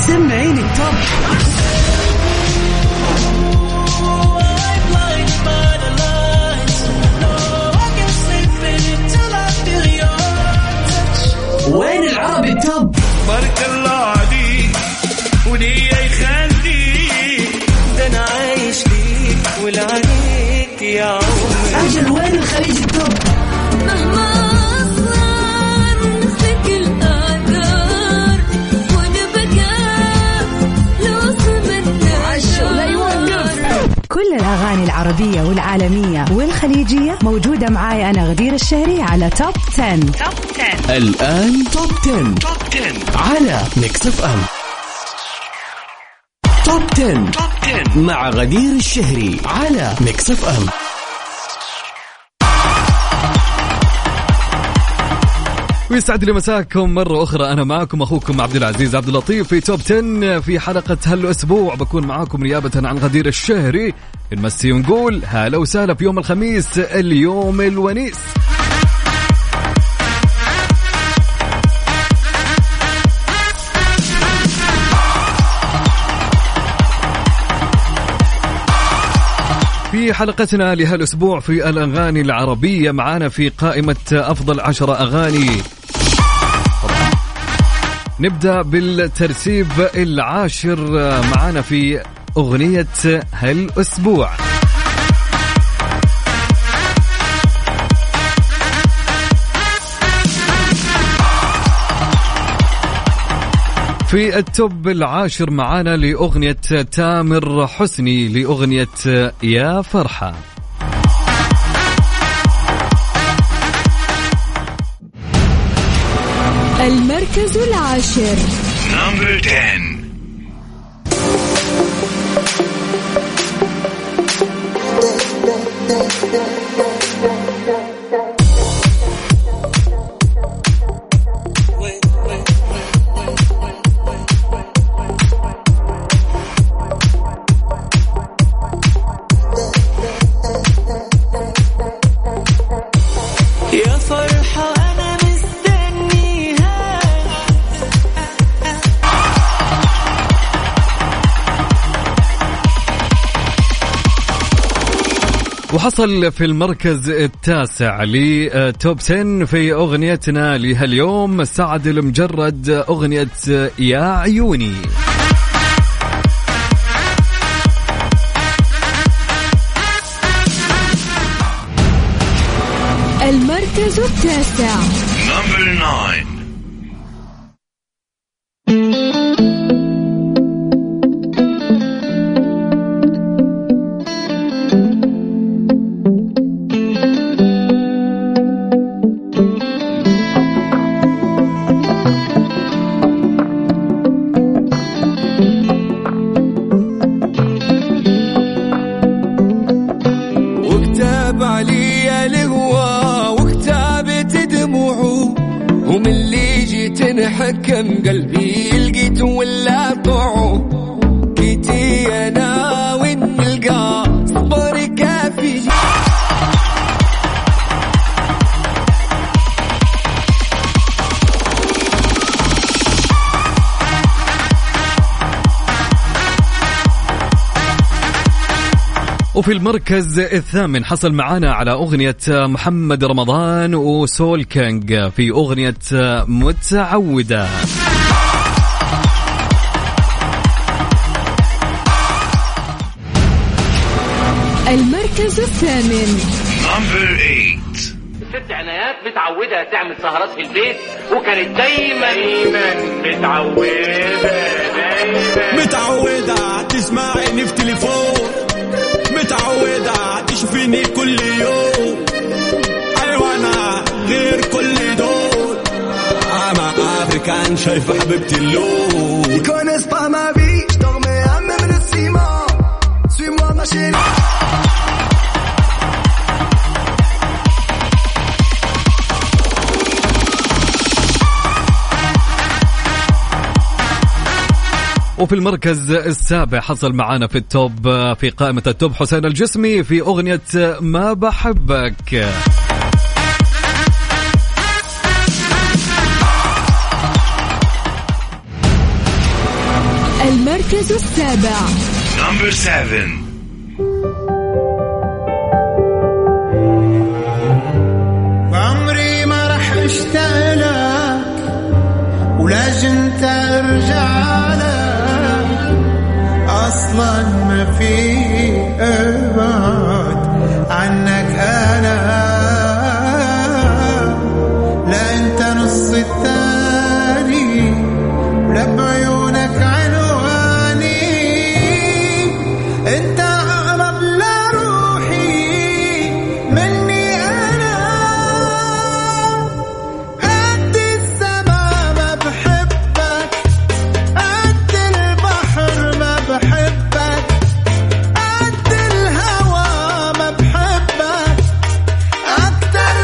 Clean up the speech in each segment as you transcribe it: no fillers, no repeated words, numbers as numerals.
سمعيني التوب. وين العربي التوب؟ بارك الله عليك وليه يخليك، ده انا عايش ليك ولعنيك يا عمري. أجل وين الخليج التوب؟ مهما أصغر نسك الآثار ونبقى لوصل من عشو لا يوقف. كل الأغاني العربية والعالمية والخليجية موجودة معاي أنا غدير الشهري على توب 10. الآن توب 10 على ميكس اف ام. توب 10 مع غدير الشهري على ميكس اف ام. ويسعد لي مساكم مرة أخرى، أنا معكم أخوكم عبد العزيز عبد اللطيف في توب 10 في حلقة هالأسبوع. بكون معاكم نيابة عن غدير الشهري، نمسي ونقول هلا وسهلا في يوم الخميس، اليوم الونيس. في حلقتنا لهالأسبوع في الأغاني العربية معانا في قائمة أفضل 10 أغاني. نبدأ بالترتيب العاشر، معانا في أغنية هالأسبوع. في التوب العاشر معانا لأغنية تامر حسني لأغنية يا فرحة. المركز العاشر نمبر 10. وحصل في المركز التاسع لتوب 10 في أغنيتنا لهاليوم سعد المجرد، أغنية يا عيوني. المركز التاسع نمبر 9. حكم قلبي لقيت ولا طعو كيتي انا وين نلقى صبر كافي. وفي المركز الثامن حصل معانا على أغنية محمد رمضان وسول كينج في أغنية متعودة. المركز الثامن نمبر 8. ست عنايات متعودة تعمل سهرات في البيت، وكانت دايما متعودة تسمعني في تليفون، متعودة تشوفيني كل يوم. أيوة أنا غير كل دول، أنا أفريكان شايفة حبيبتي اللون. يكون اسبا ما بيش تغمي هم من السيما سويموا ماشي. وفي المركز السابع حصل معانا في التوب في قائمة التوب حسين الجسمي في أغنية ما بحبك. المركز السابع. Number 7. عمري ما رح اشتاق لك ولازم ترجع لك، اصلا ما في ابعد عنك انا، لا انت نص الثاني لا بعيونك عنواني، انت اقرب لروحي مني انا، قد السما ما بحبك، قد البحر ما بحبك، قد الهوى ما بحبك، اكتر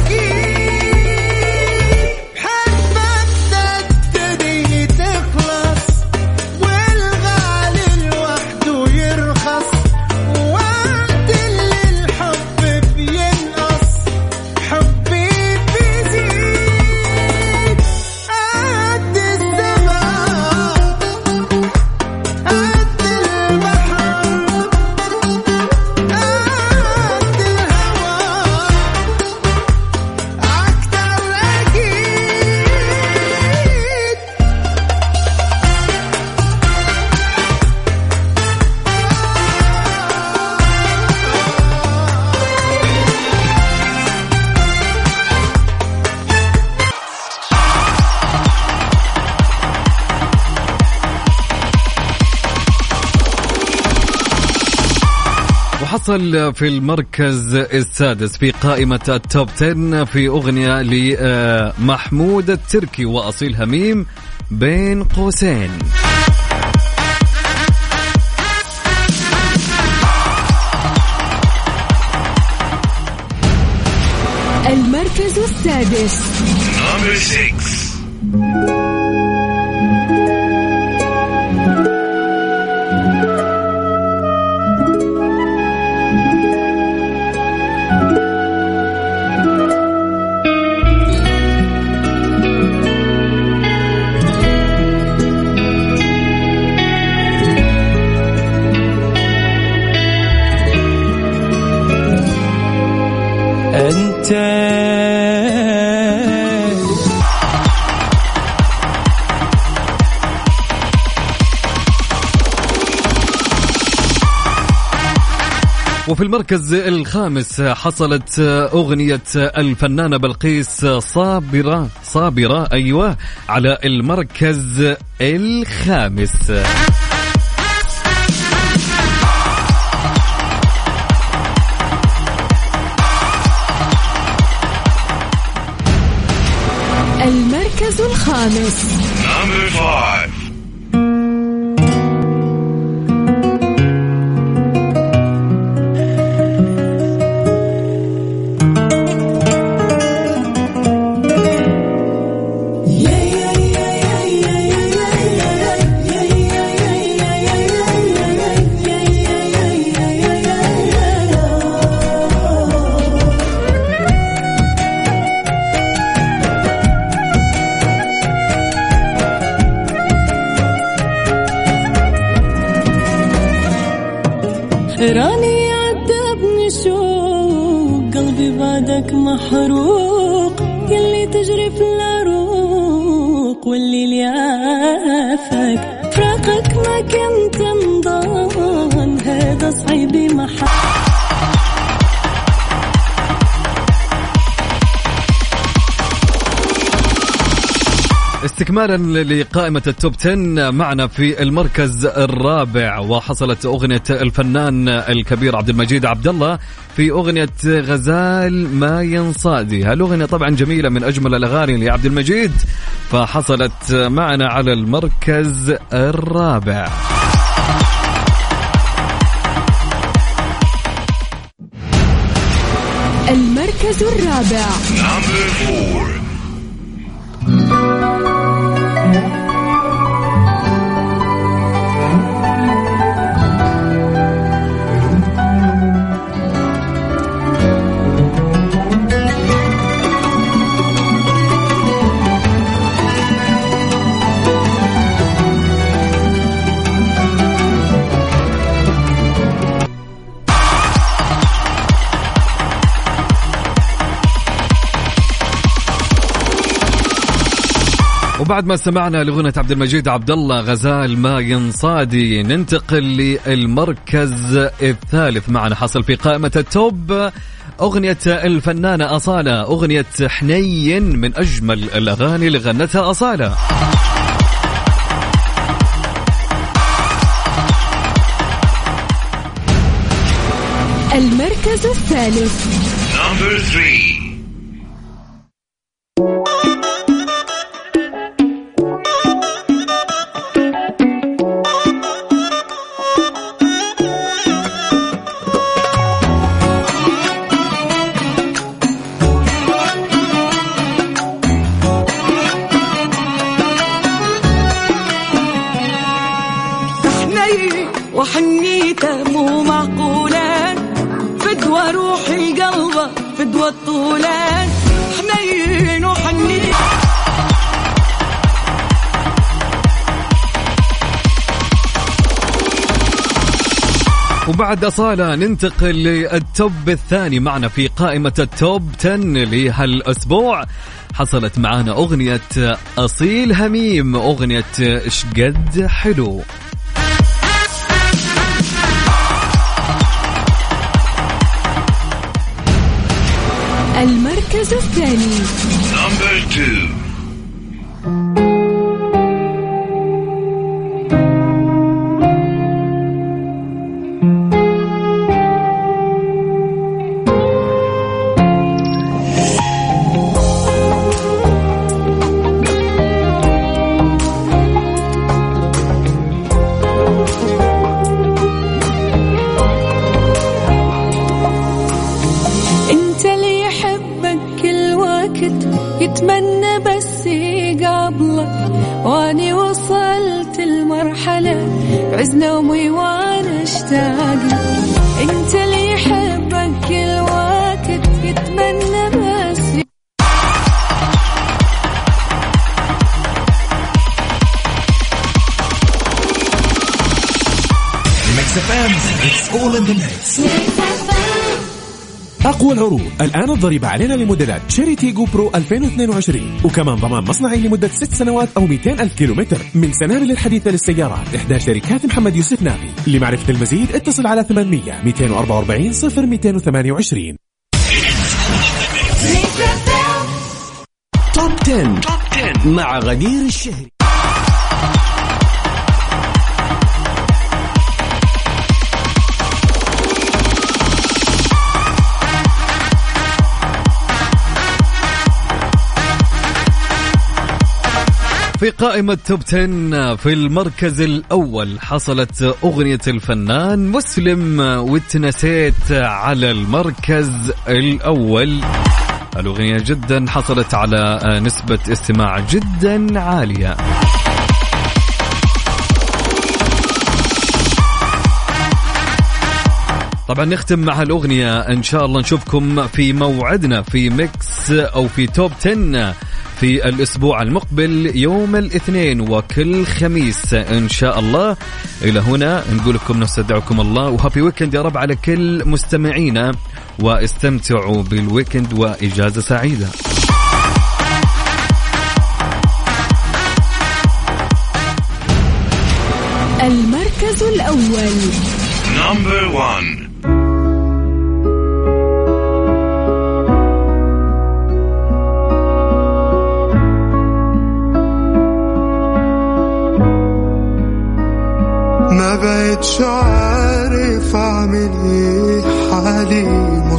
اكيد بحبك تبتدي تخلص، والغالي لوحده يرخص، وقت اللي الحب بينقص حبي بيزيد، قد السما قد البحر قد الهوى أكتر أكيد. وحصل في المركز السادس في قائمة التوب 10 في أغنية لمحمود التركي وأصيل هميم بين قوسين. المركز السادس. Number 6. أنت وفي المركز الخامس حصلت أغنية الفنانة بلقيس صابرة أيوة على المركز الخامس. المركز الخامس. Number 5. راني عذبني شوق قلبي بعدك محروق، يلي تجري في العروق واللي ليافك فراقك ما كنت مضان، هذا صعيبي محا. استكمالا لقائمة التوب 10 معنا في المركز الرابع، وحصلت أغنية الفنان الكبير عبد المجيد عبد الله في أغنية غزال ما ينصادي. هالأغنية طبعا جميلة من أجمل الأغاني لعبد المجيد، فحصلت معنا على المركز الرابع. المركز الرابع. Number 4. وبعد ما سمعنا لغنى عبد المجيد عبد الله غزال ما ينصادي، ننتقل للمركز الثالث معنا حصل في قائمة التوب أغنية الفنانة أصالة، أغنية حنين، من أجمل الأغاني اللي غنتها أصالة. المركز الثالث. Number 3. وحنيته مو معقولة، فدوى روحي قلبه فدوى الطولات، حنين وحنين. وبعد أصالة ننتقل للتوب الثاني معنا في قائمة التوب 10 لهالأسبوع. حصلت معنا أغنية أصيل هميم، أغنية اشقد حلو. المركز الثاني. Number 2. يتمنى بس يقابلك، واني وصلت المرحلة بعز نومي وانا اشتاق لك. انت اللي يحبك كل وقت، يتمنى بس أقوى العروض الآن الضريبة علينا لموديلات شيري تيجو برو 2022، وكمان ضمان مصنعي لمدة 6 سنوات أو 200,000 كيلومتر من سنابل الحديثة للسيارات إحدى شركات محمد يوسف نافي. لمعرفة المزيد اتصل على 800-244-0228. توب 10 مع غدير الشهري. في قائمة توب 10 في المركز الأول حصلت أغنية الفنان مسلم واتنسيت على المركز الأول. الأغنية جدا حصلت على نسبة استماع جدا عالية. طبعا نختم مع الأغنية، إن شاء الله نشوفكم في موعدنا في ميكس أو في توب 10 في الأسبوع المقبل يوم الاثنين وكل خميس إن شاء الله. إلى هنا نقول لكم نستودعكم الله، وهابي ويكند يا رب على كل مستمعينا، واستمتعوا بالويكند وإجازة سعيدة. المركز الأول. Number 1. ما بقتش عارف اعمل ايه، حالي